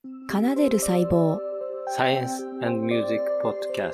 奏でる細胞 Science and Music Podcast。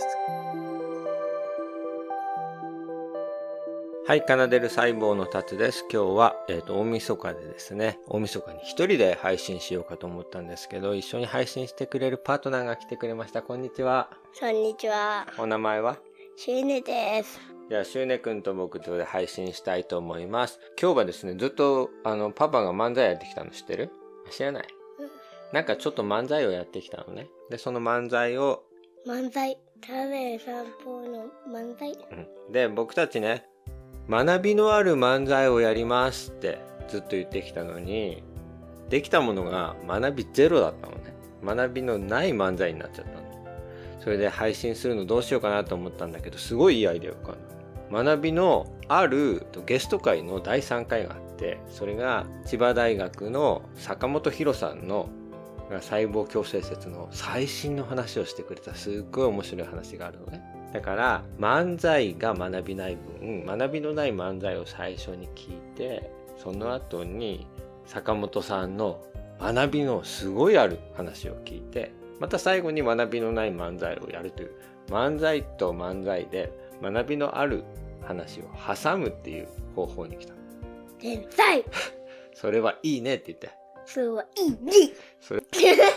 はい、奏でる細胞の達です。今日は、大晦日でですね、大晦日に一人で配信しようかと思ったんですけど、一緒に配信してくれるパートナーが来てくれました。こんにちは。 こんにちは。 お名前は？ しゅうねです。 じゃあ、しゅうねくんと僕とで配信したいと思います。今日はですね、ずっとパパが漫才やってきたの知ってる？知らない？なんかちょっと漫才をやってきたのね。で、その漫才をただで散歩の漫才、 で、僕たちね、学びのある漫才をやりますってずっと言ってきたのに、できたものが学びゼロだったのね。学びのない漫才になっちゃったの。それで配信するのどうしようかなと思ったんだけど、すごいいいアイデアが浮かんだ。学びのあるゲスト会の第3回があって、それが千葉大学の坂本博さんの細胞共生説の最新の話をしてくれたすっごい面白い話があるのね。だから漫才が学びない分、学びのない漫才を最初に聞いて、その後に坂本さんの学びのすごいある話を聞いて、また最後に学びのない漫才をやるという、漫才と漫才で学びのある話を挟むっていう方法に来た。 天才それはいいねって言って。 それはいいね。 それ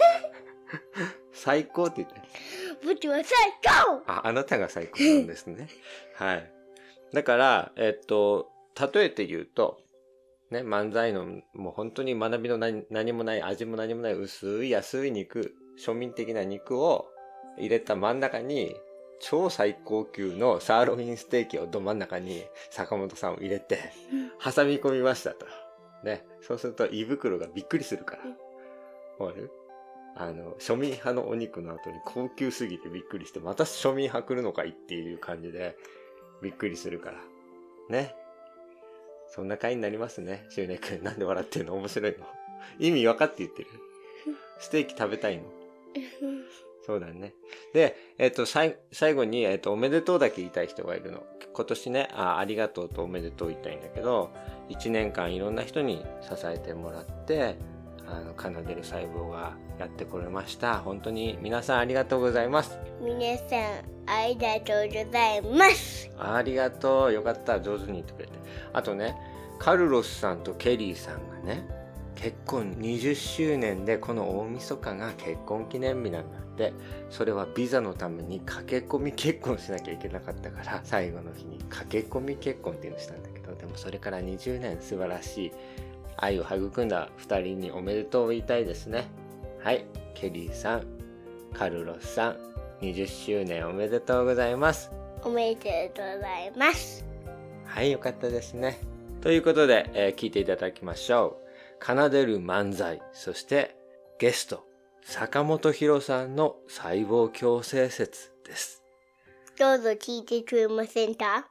最高って言って。 僕は最高。 あなたが最高なんですね。はい。だから、例えて言うと、ね、漫才のもう本当に学びの何もない、味も何もない薄い安い肉、庶民的な肉を入れた真ん中に、超最高級のサーロインステーキをど真ん中に坂本さんを入れて、挟み込みましたと。ね。そうすると胃袋がびっくりするから。わかる？庶民派のお肉の後に高級すぎてびっくりして、また庶民派来るのかいっていう感じでびっくりするから。ね。そんな回になりますね。しゅうねくん、なんで笑ってんの？面白いの？意味分かって言ってる？ステーキ食べたいの？そうだね。で、最後に、おめでとうだけ言いたい人がいるの。今年ね、ありがとうとおめでとう言いたいんだけど、1年間いろんな人に支えてもらって、奏でる細胞がやってこれました。本当に皆さんありがとうございます。 皆さん、ありがとうございます。 ありがとう。よかった。上手に言ってくれて。あとね、カルロスさんとケリーさんがね、結婚20周年でこの大晦日が結婚記念日なんだって。それはビザのために駆け込み結婚しなきゃいけなかったから、最後の日に駆け込み結婚っていうのをしたんだけど、でもそれから20年素晴らしい愛を育んだ2人におめでとうを言いたいですね。はい、ケリーさん、カルロスさん、20周年おめでとうございます。 おめでとうございます。 はい、よかったですね。ということで、聞いていただきましょう。奏でる漫才、そしてゲスト、坂本博さんの細胞共生説です。 どうぞ聞いてくれませんか？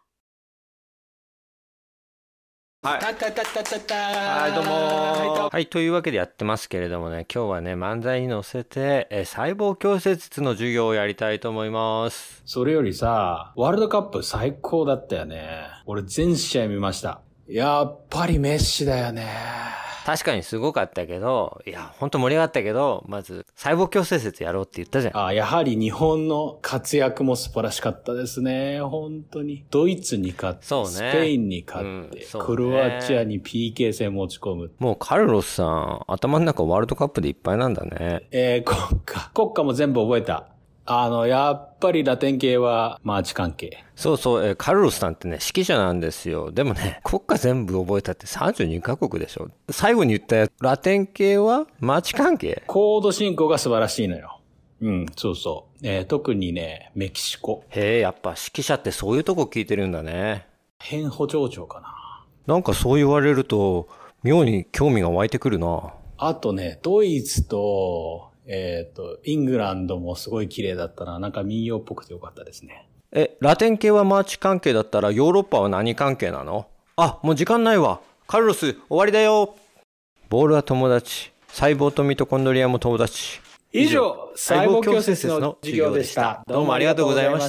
はい。はい、どうも。はい、というわけでやってますけれどもね、今日はね、漫才に乗せて、細胞共生説の授業をやりたいと思います。 それよりさ、ワールドカップ最高だったよね。俺全試合見ました。やっぱりメッシだよね。 確かにすごかったけど、いや、ほんと盛り上がったけど、まず、細胞共生説やろうって言ったじゃん。 やはり日本の活躍も素晴らしかったですね。本当に。ドイツに勝って、 そうね、 スペインに勝って、クロアチアに PK 戦持ち込む。 もうカルロスさん、頭の中ワールドカップでいっぱいなんだね。 国歌も全部覚えた。やっぱりラテン系はマーチ関係。 そうそう、カルロスさんってね、指揮者なんですよ。でもね、国歌全部覚えたって32カ国でしょ。最後に言ったやつ、ラテン系はマーチ関係？ コード進行が素晴らしいのよ。うん、そうそう。特にね、メキシコ。 へえ、やっぱ指揮者ってそういうとこ聞いてるんだね。 変補聴長かな。 なんかそう言われると、妙に興味が湧いてくるな。 あとね、ドイツと、イングランドもすごい綺麗だったな。なんか民謡っぽくてよかったですね。 ラテン系はマーチ関係だったらヨーロッパは何関係なの？もう時間ないわ。カルロス、終わりだよ。ボールは友達。細胞とミトコンドリアも友達。 以上、細胞共生説の授業でした。 どうもありがとうございました。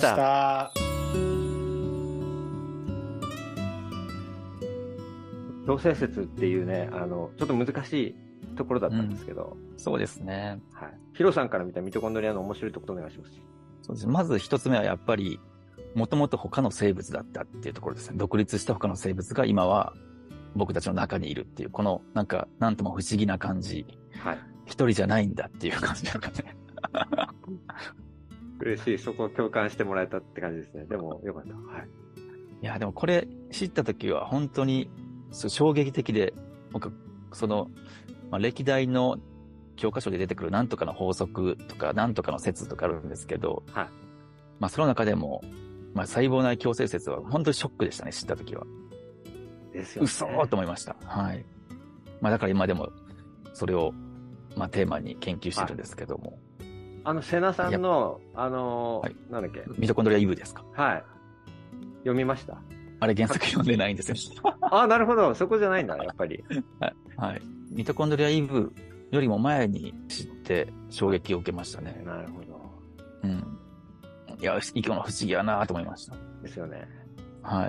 共生説っていうね、ちょっと難しいところだったんですけど。 そうですね。 はい。ヒロさんから見たミトコンドリアの面白いところお願いします。 そうですね。まず一つ目はやっぱり、もともと他の生物だったっていうところですね。独立した他の生物が今は僕たちの中にいるっていう、このなんか、なんとも不思議な感じ。 はい。 一人じゃないんだっていう感じなんかね。 嬉しい。そこを共感してもらえたって感じですね。でも、よかった。はい。 いや、でもこれ知った時は本当に衝撃的で、僕、歴代の教科書で出てくるなんとかの法則とか、なんとかの説とかあるんですけど、 はい。 その中でも、細胞内共生説は本当にショックでしたね、知った時は。 ですよね。 嘘ーと思いました。はい。だから今でも、それを、テーマに研究してるんですけども。 瀬名さんの、 はい、 なんだっけ。 ミトコンドリアイブですか？ はい。読みました？ あれ原作読んでないんですよ。 あ、なるほど。そこじゃないんだ、やっぱり。 はい。ミトコンドリアイブよりも前に知って衝撃を受けましたね。 なるほど。 うん。いや、生き物不思議やなと思いました。 ですよね。 はい。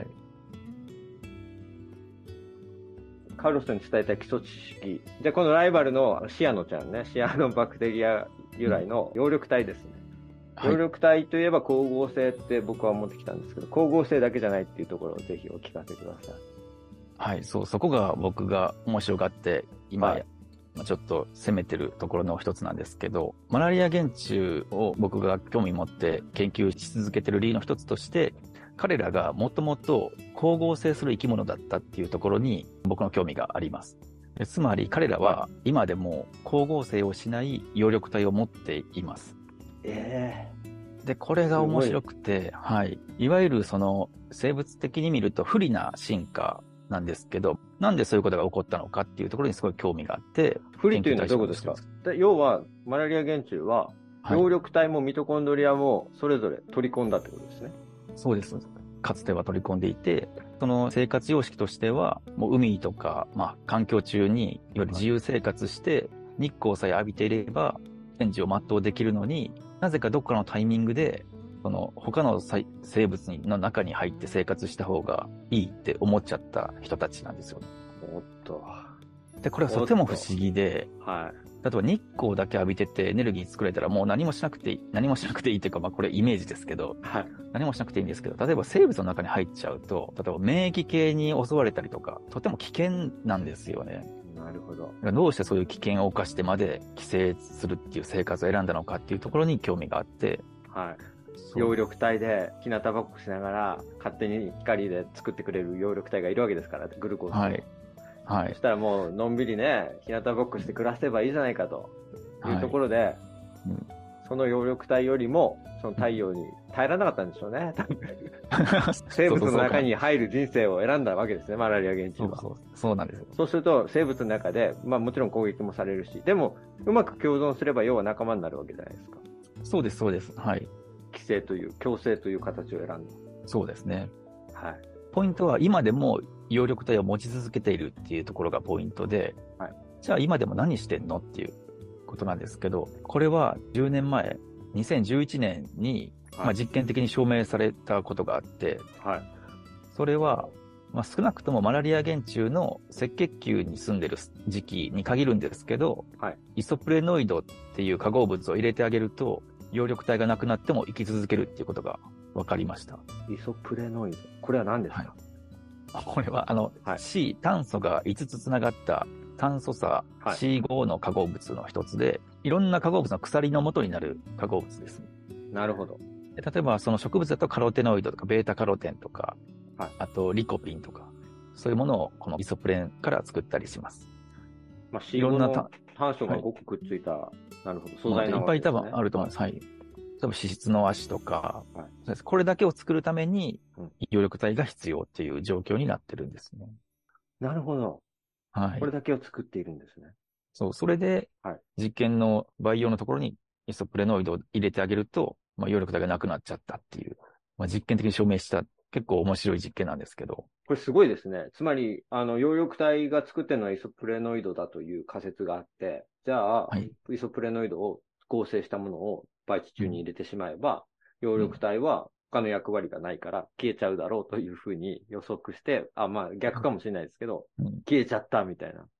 カルロスに伝えたい基礎知識。じゃあ、このライバルのシアノちゃんね、シアノバクテリア由来の葉緑体ですね。葉緑体といえば光合成って僕は思ってきたんですけど、光合成だけじゃないっていうところをぜひお聞かせください。 はい、そこが僕が面白がって、今、はい、ちょっと攻めてるところの一つなんですけど、マラリア原虫を僕が興味持って研究し続けてる理由の一つとして、彼らがもともと光合成する生き物だったっていうところに僕の興味があります。つまり彼らは今でも光合成をしない葉緑体を持っています。で、これが面白くて、はい。いわゆる生物的に見ると不利な進化なんですけど、なんでそういうことが起こったのかっていうところにすごい興味があって。 不利というのはどういうことですか？要は、マラリア原虫は、葉緑体もミトコンドリアもそれぞれ取り込んだってことですね。 そうです。かつては取り込んでいて、その生活様式としては、もう海とか、環境中に、いわゆる自由生活して、日光さえ浴びていれば、天寿を全うできるのに、なぜかどっかのタイミングで、他の生物の中に入って生活した方がいいって思っちゃった人たちなんですよ。 おっと。 で、これはとても不思議で、 はい。 例えば日光だけ浴びててエネルギー作れたらもう何もしなくていいっていうか、これイメージですけど、 はい。 何もしなくていいんですけど、例えば生物の中に入っちゃうと、例えば免疫系に襲われたりとか、とても危険なんですよね。 なるほど。 どうしてそういう危険を冒してまで寄生するっていう生活を選んだのかっていうところに興味があって、 はい。葉緑体で日向ぼっこしながら勝手に光で作ってくれる葉緑体がいるわけですから、グルコース。 はい。はい。 そしたらもうのんびりね、日向ぼっこして暮らせばいいじゃないかというところで、はい、その葉緑体よりもその太陽に耐えられなかったんでしょうね。生物の中に入る人生を選んだわけですね、マラリア原虫は。 そうなんですよ。 そうすると生物の中で、もちろん攻撃もされるし、でもうまく共存すれば要は仲間になるわけじゃないですか。 そうです、そうです。はい。 寄生という、共生という形を選んだ。 そうですね。 はい。 ポイントは今でも葉緑体を持ち続けているっていうところがポイントで、はい、じゃあ今でも何してんのっていうことなんですけど、これは10年前、2011年に、実験的に証明されたことがあって、はい、それは、少なくともマラリア原虫の赤血球に住んでる時期に限るんですけど、はい、イソプレノイドっていう化合物を入れてあげると、葉緑体がなくなっても生き続けるっていうことが分かりました。 イソプレノイド。これは何ですか？ はい、これはC、炭素が5つつながった炭素差 C5 の化合物の一つで、いろんな化合物の鎖の元になる化合物です。 なるほど。 例えばその植物だとカロテノイドとかベータカロテンとか、はい、あとリコピンとか、そういうものをこのイソプレンから作ったりします。 いろんな炭素がごくくっついた、はい、なるほど、素材なわけですね。 いっぱい多分あると思います。はい。例えば脂質の足とか、はい、これだけを作るために、葉緑体が必要っていう状況になってるんですね。 なるほど。はい。これだけを作っているんですね。 そう、それで、実験の培養のところにイソプレノイドを入れてあげると、葉緑体がなくなっちゃったっていう、実験的に証明した結構面白い実験なんですけど。 これすごいですね。つまり、葉緑体が作ってるのはイソプレノイドだという仮説があって、じゃあ、イソプレノイドを合成したものを培地中に入れてしまえば、葉緑体は他の役割がないから消えちゃうだろうというふうに予測して、逆かもしれないですけど、消えちゃったみたいな。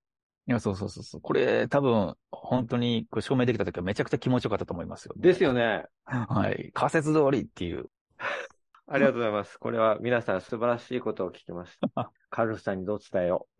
いや、そうそうそうそう。これ多分、本当にこれ証明できたときはめちゃくちゃ気持ちよかったと思いますよ。 ですよね。 はい。仮説通りっていう。 ありがとうございます。これは皆さん素晴らしいことを聞きました。カルロスさんにどう伝えよう。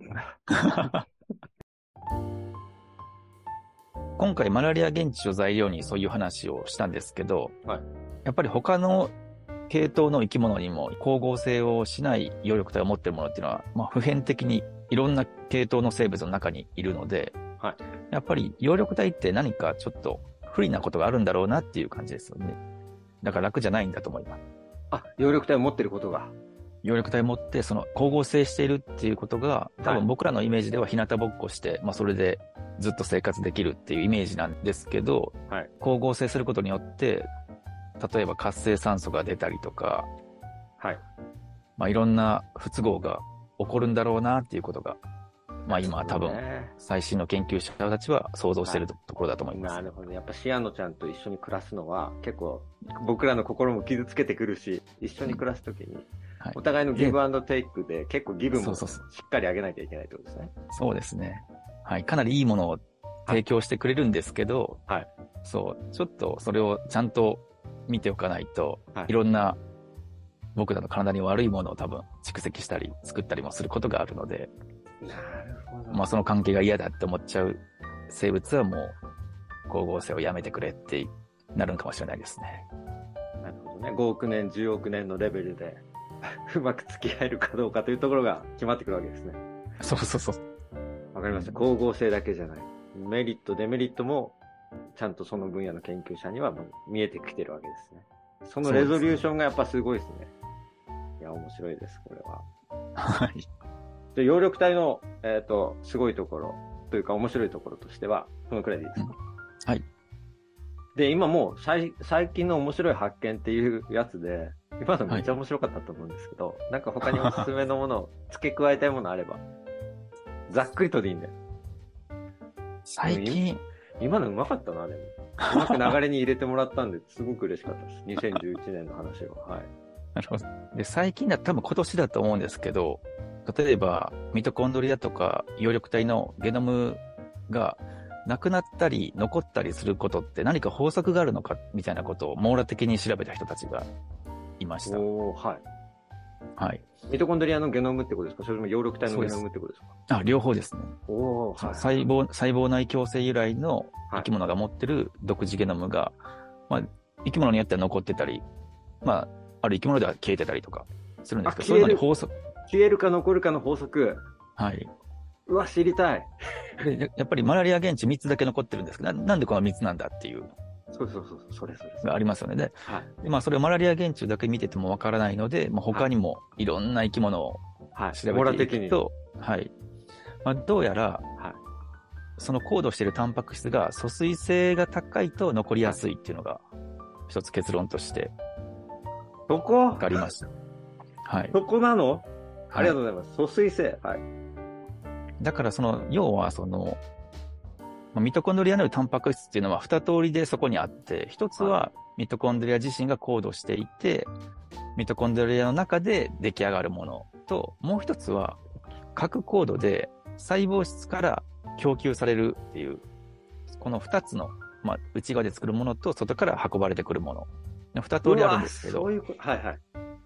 今回マラリア原虫を材料にそういう話をしたんですけど、 はい。 やっぱり他の系統の生き物にも光合成をしない葉緑体を持っているものっていうのは、普遍的にいろんな系統の生物の中にいるので、 はい。 やっぱり葉緑体って何かちょっと不利なことがあるんだろうなっていう感じですよね。だから楽じゃないんだと思います。 あ、葉緑体を持ってることが。 葉緑体を持ってその光合成しているっていうことが、多分僕らのイメージでは日向ぼっこして、それでずっと生活できるっていうイメージなんですけど、 はい。 光合成することによって、例えば活性酸素が出たりとか、 はい。 いろんな不都合が起こるんだろうなっていうことが、今多分最新の研究者たちは想像しているところだと思います。 なるほど。やっぱシアノちゃんと一緒に暮らすのは結構僕らの心も傷つけてくるし、一緒に暮らすときにお互いのギブアンドテイクで結構ギブもしっかり上げなきゃいけないってことですね。 そうですね。はい。かなりいいものを提供してくれるんですけど、 はい。 そう、ちょっとそれをちゃんと見ておかないと、 はい、 いろんな僕らの体に悪いものを多分蓄積したり作ったりもすることがあるので、 なるほど。 その関係が嫌だって思っちゃう生物はもう光合成をやめてくれってなるのかもしれないですね。 なるほどね。5億年、10億年のレベルでうまく付き合えるかどうかというところが決まってくるわけですね。 そうそうそう。 わかりました。光合成だけじゃない。メリット、デメリットもちゃんとその分野の研究者にはもう見えてきてるわけですね。そのレゾリューションがやっぱすごいですね。いや、面白いです、これは。 はい。 で、葉緑体の、すごいところというか面白いところとしては、このくらいでいいですか？ はい。 で、今もう最近の面白い発見っていうやつで、今のめっちゃ面白かったと思うんですけど、なんか他におすすめのものを付け加えたいものあれば、ざっくりとでいいんで。 最近、 今のうまかったな、でも。うまく流れに入れてもらったんで、すごく嬉しかったです。2011年の話は。はい。 なるほど。で、最近だと多分今年だと思うんですけど、例えば、ミトコンドリアとか葉緑体のゲノムがなくなったり残ったりすることって何か法則があるのかみたいなことを網羅的に調べた人たちがいました。 おー、はい。 はい。 ミトコンドリアのゲノムってことですか？それとも葉緑体のゲノムってことですか？ 両方ですね。 おー、はい。 細胞内共生由来の生き物が持ってる独自ゲノムが、生き物によっては残ってたり、ある生き物では消えてたりとかするんですけど、そういうのに法則。 消えるか残るかの法則。 はい。 うわ、知りたい。 で、やっぱりマラリア原虫3つだけ残ってるんですけど、なんでこの3つなんだっていう。 そう、それ。 がありますよね。で、 はい。 でそれをマラリア原虫だけ見ててもわからないので、他にもいろんな生き物を調べていくと、はい。どうやら、 はい、 そのコードしているタンパク質が疎水性が高いと残りやすいっていうのが、一つ結論として、 そこわかりました。はい。 そこなの？ありがとうございます。疎水性。はい。 だから要はミトコンドリアのタンパク質っていうのは2通りでそこにあって、一つはミトコンドリア自身がコードしていて、ミトコンドリアの中で出来上がるものと、もう一つは核コードで細胞質から供給されるっていう、この2つの、内側で作るものと外から運ばれてくるもの。2通りあるんですけど、 そういうこと。はいはい。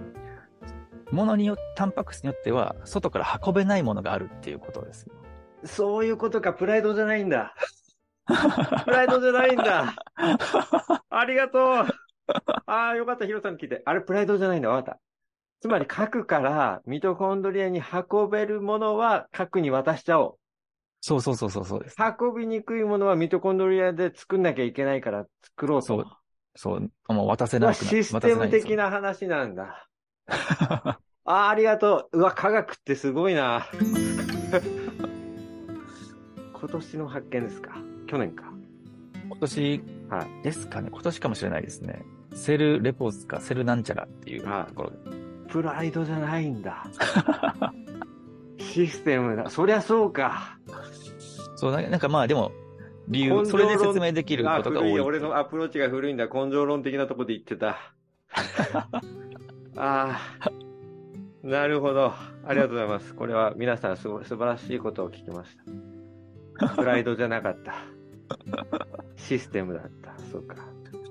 タンパク質によっては外から運べないものがあるっていうことですよ。 そういうことか、プライドじゃないんだ。プライドじゃないんだ。ありがとう。ああ、よかった、ヒロさん聞いて。あれ、プライドじゃないんだ、わかった。つまり、核からミトコンドリアに運べるものは核に渡しちゃおう。 そうです。 運びにくいものはミトコンドリアで作んなきゃいけないから作ろうと。 そう、もう渡せなくなる。 システム的な話なんだ。ありがとう。うわ、科学ってすごいな。今年の発見ですか？去年か。 今年ですかね。今年かもしれないですね。セルレポスかセルなんちゃらっていうところで。 プライドじゃないんだ。システムだ。そりゃそうか。 そう、なんかでも、理由、それで説明できることが多い。 俺のアプローチが古いんだ。根性論的なところで言ってた。なるほど。ありがとうございます。これは皆さん素晴らしいことを聞きました。 プライドじゃなかった。システムだった。そうか。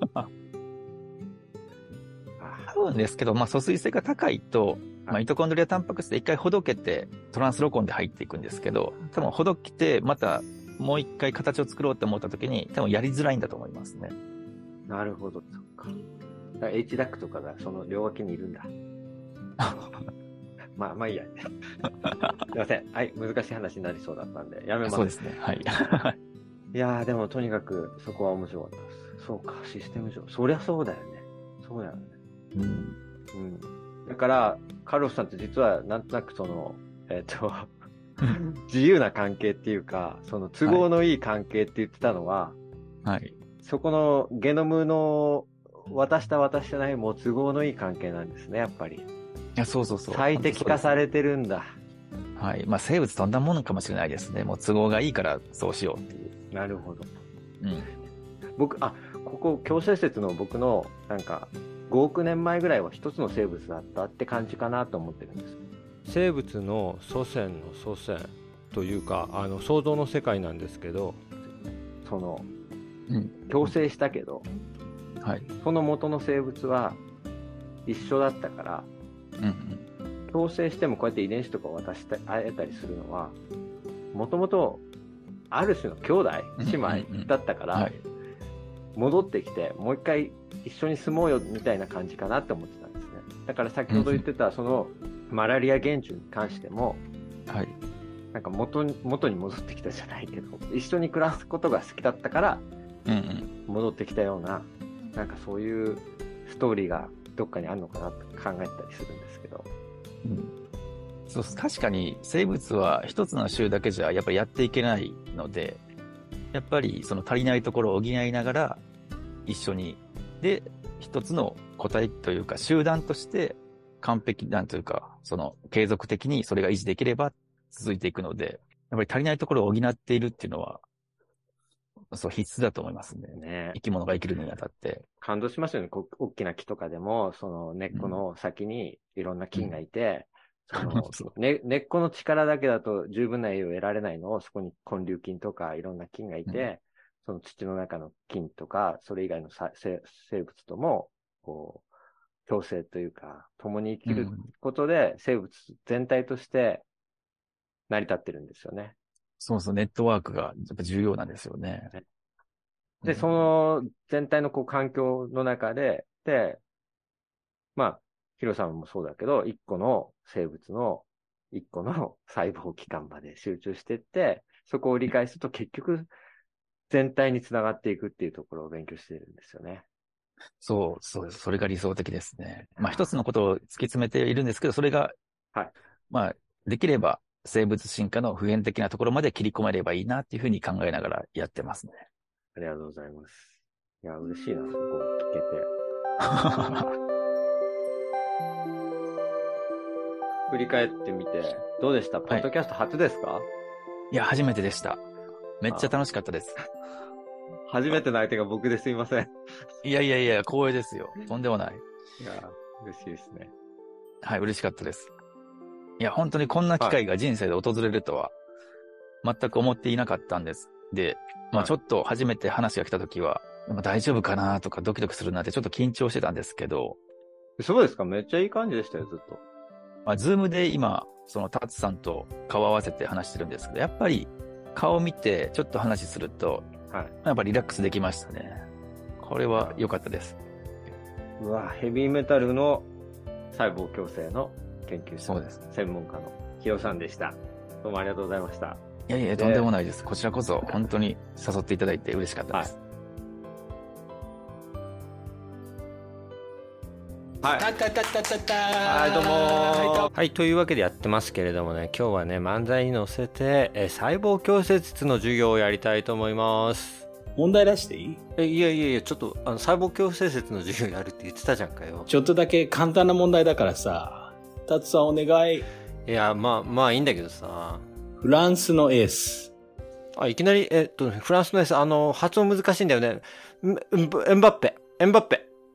多分ですけど、疎水性が高いと、ミトコンドリアタンパク質で一回ほどけて、トランスロコンで入っていくんですけど、多分ほどけて、またもう一回形を作ろうと思った時に、多分やりづらいんだと思いますね。 なるほど、そっか。だから H ダックとかがその両脇にいるんだ。まあいいや。すいません。はい、難しい話になりそうだったんで、やめます。 そうですね。はい。 いやー、でもとにかくそこは面白かったです。そうか、システム上。そりゃそうだよね。そうだよね。うん。だから、カルロスさんって実はなんとなくその、自由な関係っていうか、その都合のいい関係って言ってたのは、 はい。 そこのゲノムの渡した渡してないも都合のいい関係なんですね、やっぱり。 いや、そう。 最適化されてるんだ。 はい。生物そんなものかもしれないですね。もう都合がいいからそうしようっていう。 なるほど。 うん。 ここ、共生説の僕の、なんか、5億年前ぐらいは一つの生物だったって感じかなと思ってるんです。生物の祖先の祖先というか、想像の世界なんですけど、その、共生したけど、 はい。 その元の生物は一緒だったから、共生してもこうやって遺伝子とか渡してあえたりするのは、もともとある種の兄弟、姉妹だったから、戻ってきて、もう一回一緒に住もうよみたいな感じかなって思ってたんですね。だから先ほど言ってた、そのマラリア原虫に関しても、 はい。 なんか元に戻ってきたじゃないけど、一緒に暮らすことが好きだったから、戻ってきたような、なんかそういうストーリーがどっかにあるのかなって考えたりするんですけど。 そう、確かに生物は一つの種だけじゃやっぱりやっていけないので、やっぱりその足りないところを補いながら一緒に、で、一つの個体というか集団として完璧なんというか、その継続的にそれが維持できれば続いていくので、やっぱり足りないところを補っているっていうのは、そう必須だと思いますね。生き物が生きるのにあたって。 感動しますよね。大きな木とかでも、その根っこの先にいろんな菌がいて、根っこの力だけだと十分な栄養を得られないのを、そこに根粒菌とかいろんな菌がいて、その土の中の菌とか、それ以外の生物とも、こう、共生というか、共に生きることで、生物全体として成り立ってるんですよね。 そう、ネットワークがやっぱ重要なんですよね。 で、その全体のこう環境の中で、ヒロさんもそうだけど、一個の生物の一個の細胞器官まで集中していって、そこを理解すると結局全体につながっていくっていうところを勉強しているんですよね。 そうです。それが理想的ですね。一つのことを突き詰めているんですけど、それが、できれば生物進化の普遍的なところまで切り込めればいいなっていうふうに考えながらやってますね。 ありがとうございます。いや、嬉しいな、そこを聞けて。振り返ってみて、どうでした？ポッドキャスト初ですか？ いや、初めてでした。めっちゃ楽しかったです。 初めての相手が僕ですいません。 いや、光栄ですよ。とんでもない。 いや、嬉しいですね。 はい、嬉しかったです。いや、本当にこんな機会が人生で訪れるとは、全く思っていなかったんです。で、ちょっと初めて話が来た時は、大丈夫かなとかドキドキするなってちょっと緊張してたんですけど。 そうですか？めっちゃいい感じでしたよ、ずっと。 ズームで今、そのタツさんと顔合わせて話してるんですけど、やっぱり顔見てちょっと話すると、やっぱリラックスできましたね。これは良かったです。 うわ、ヘビーメタルの細胞共生の研究者、 そうです。 専門家のヒロさんでした。どうもありがとうございました。 いや、とんでもないです。こちらこそ本当に誘っていただいて嬉しかったです。 はい、どうもはい、というわけでやってますけれどもね、今日はね、漫才に乗せて、細胞共生術の授業をやりたいと思います。 問題出していい？ いや、ちょっと、細胞共生説の授業やるって言ってたじゃんかよ。 ちょっとだけ簡単な問題だからさ、タツさんお願い。 いや、まあいいんだけどさ。 フランスのエース。 いきなり、フランスのエース、発音難しいんだよね。エンバッペ。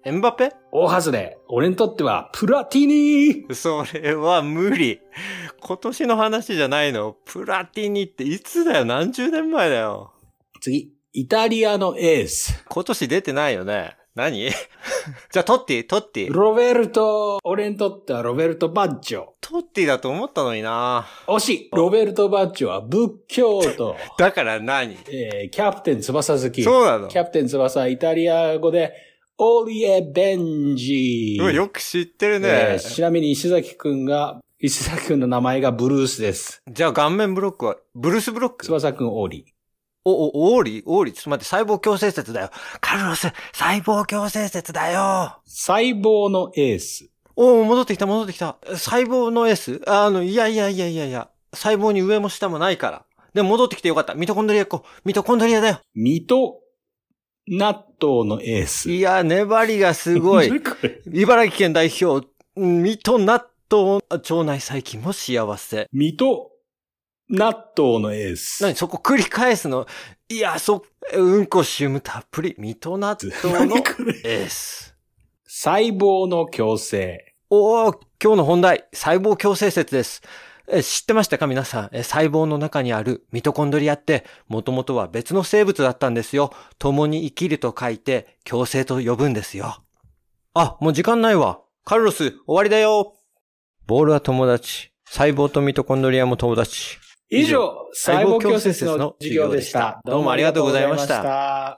エムバペ？ 大外れ。俺にとってはプラティニー。 それは無理。今年の話じゃないの。プラティニっていつだよ？何十年前だよ。 次。イタリアのエース。 今年出てないよね。何じゃあトッティ。 ロベルト。俺にとってはロベルト・バッジョ。 トッティだと思ったのにな。 惜しい。ロベルト・バッジョは仏教徒。 だから何？ キャプテン翼好き。 そうなの？ キャプテン翼、イタリア語で、オリエ・ベンジ。 よく知ってるね。 ちなみに石崎くんの名前がブルースです。 じゃあ顔面ブロックは、ブルースブロック？ 翼くんオーリー。 オーリーちょっと待って、細胞共生説だよ。カルロス、細胞共生説だよ。 細胞のエース。 戻ってきた。細胞のエース？いや。細胞に上も下もないから。でも戻ってきてよかった。ミトコンドリアだよ。 ミト納豆のエース。 いや、粘りがすごい。茨城県代表、ミト納豆、腸内細菌も幸せ。 ミト納豆のエース。 何そこ繰り返すの？いや、うんこシウムたっぷり。ミト納豆のエース。 細胞の共生。 今日の本題、細胞共生説です。知ってましたか皆さん。細胞の中にあるミトコンドリアって、もともとは別の生物だったんですよ。共に生きると書いて、共生と呼ぶんですよ。もう時間ないわ。カルロス、終わりだよ。ボールは友達。細胞とミトコンドリアも友達。 以上、細胞共生説の授業でした。 どうもありがとうございました。はい、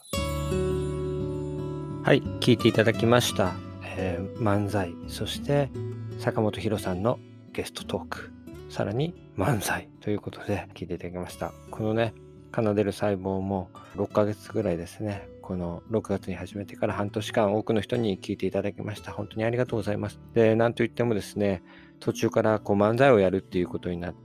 聞いていただきました。漫才、そして坂本博さんのゲストトーク、さらに漫才ということで聞いていただきました。このね、奏でる細胞も6ヶ月ぐらいですね。この6月に始めてから半年間多くの人に聞いていただきました。本当にありがとうございます。で、なんといってもですね、途中から漫才をやるっていうことになって、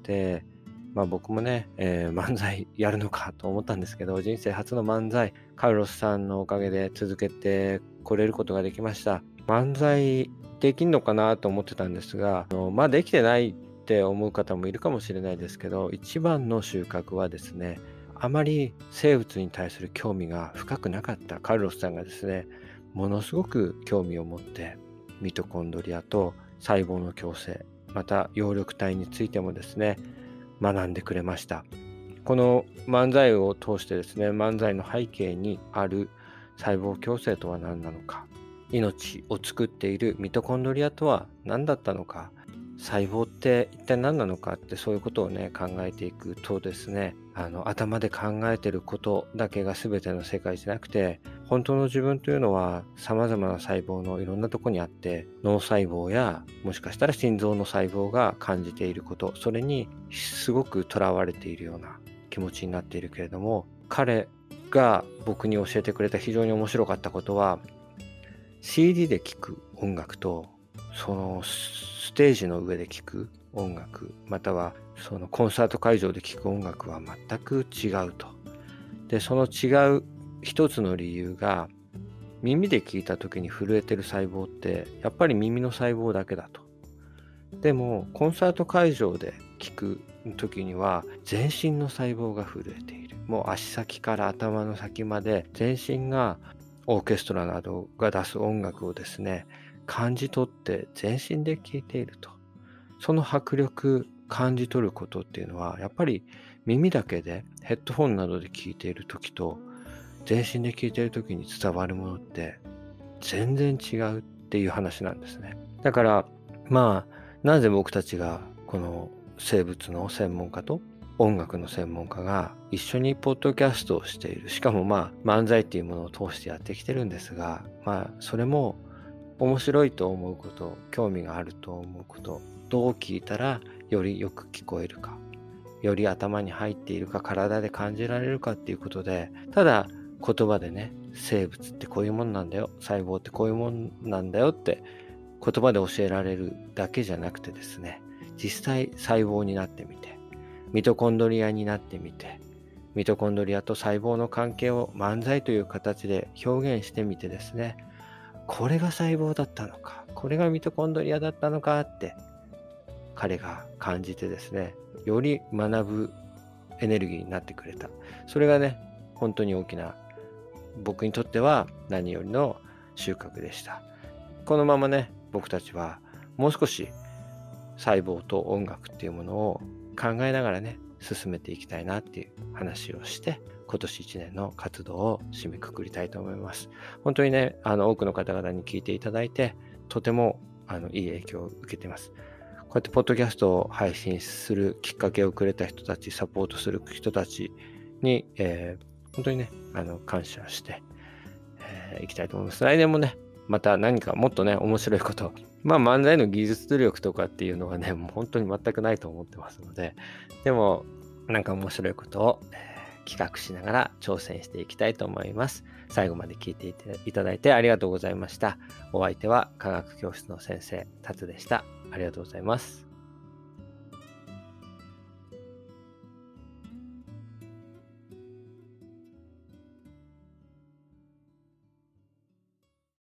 僕もね、漫才やるのかと思ったんですけど、人生初の漫才、カルロスさんのおかげで続けてこれることができました。漫才できんのかなと思ってたんですが、できてないって思う方もいるかもしれないですけど、一番の収穫はですね、あまり生物に対する興味が深くなかったカルロスさんがですね、ものすごく興味を持ってミトコンドリアと細胞の共生、また葉緑体についてもですね、学んでくれました。この漫才を通してですね、漫才の背景にある細胞共生とは何なのか、命を作っているミトコンドリアとは何だったのか、細胞って一体何なのかって、そういうことをね考えていくとですね、頭で考えてることだけが全ての世界じゃなくて、本当の自分というのは様々な細胞のいろんなとこにあって、脳細胞やもしかしたら心臓の細胞が感じていること、それにすごくとらわれているような気持ちになっているけれども、彼が僕に教えてくれた非常に面白かったことは、CD で聴く音楽とそのステージの上で聴く音楽、またはそのコンサート会場で聴く音楽は全く違うと。で、その違う一つの理由が、耳で聞いた時に震えてる細胞ってやっぱり耳の細胞だけだと。でもコンサート会場で聞く時には全身の細胞が震えている。もう足先から頭の先まで全身がオーケストラなどが出す音楽をですね、感じ取って全身で聴いていると。その迫力感じ取ることっていうのは、やっぱり耳だけでヘッドホンなどで聴いている時と全身で聴いている時に伝わるものって全然違うっていう話なんですね。だからなぜ僕たちがこの生物の専門家と音楽の専門家が一緒にポッドキャストをしている。しかも漫才っていうものを通してやってきてるんですが、それも面白いと思うこと、興味があると思うこと、どう聞いたらよりよく聞こえるか、より頭に入っているか、体で感じられるかっていうことで、ただ言葉でね、生物ってこういうもんなんだよ、細胞ってこういうもんなんだよって言葉で教えられるだけじゃなくてですね、実際細胞になってみて、ミトコンドリアになってみて、ミトコンドリアと細胞の関係を漫才という形で表現してみてですね、これが細胞だったのか、これがミトコンドリアだったのかって彼が感じてですね、より学ぶエネルギーになってくれた。それがね、本当に大きな、僕にとっては何よりの収穫でした。このままね、僕たちはもう少し細胞と音楽っていうものを考えながらね、進めていきたいなっていう話をして、今年1年の活動を締めくくりたいと思います。本当にね、多くの方々に聞いていただいて、とてもいい影響を受けています。こうやってポッドキャストを配信するきっかけをくれた人たち、サポートする人たちに、本当にね、感謝していきたいと思います。来年もね、また何かもっとね、面白いこと、漫才の技術力とかっていうのがね、もう本当に全くないと思ってますので、でも、なんか面白いことを、企画しながら挑戦していきたいと思います。最後まで聞いていただいてありがとうございました。お相手は科学教室の先生、タツでした。ありがとうございます。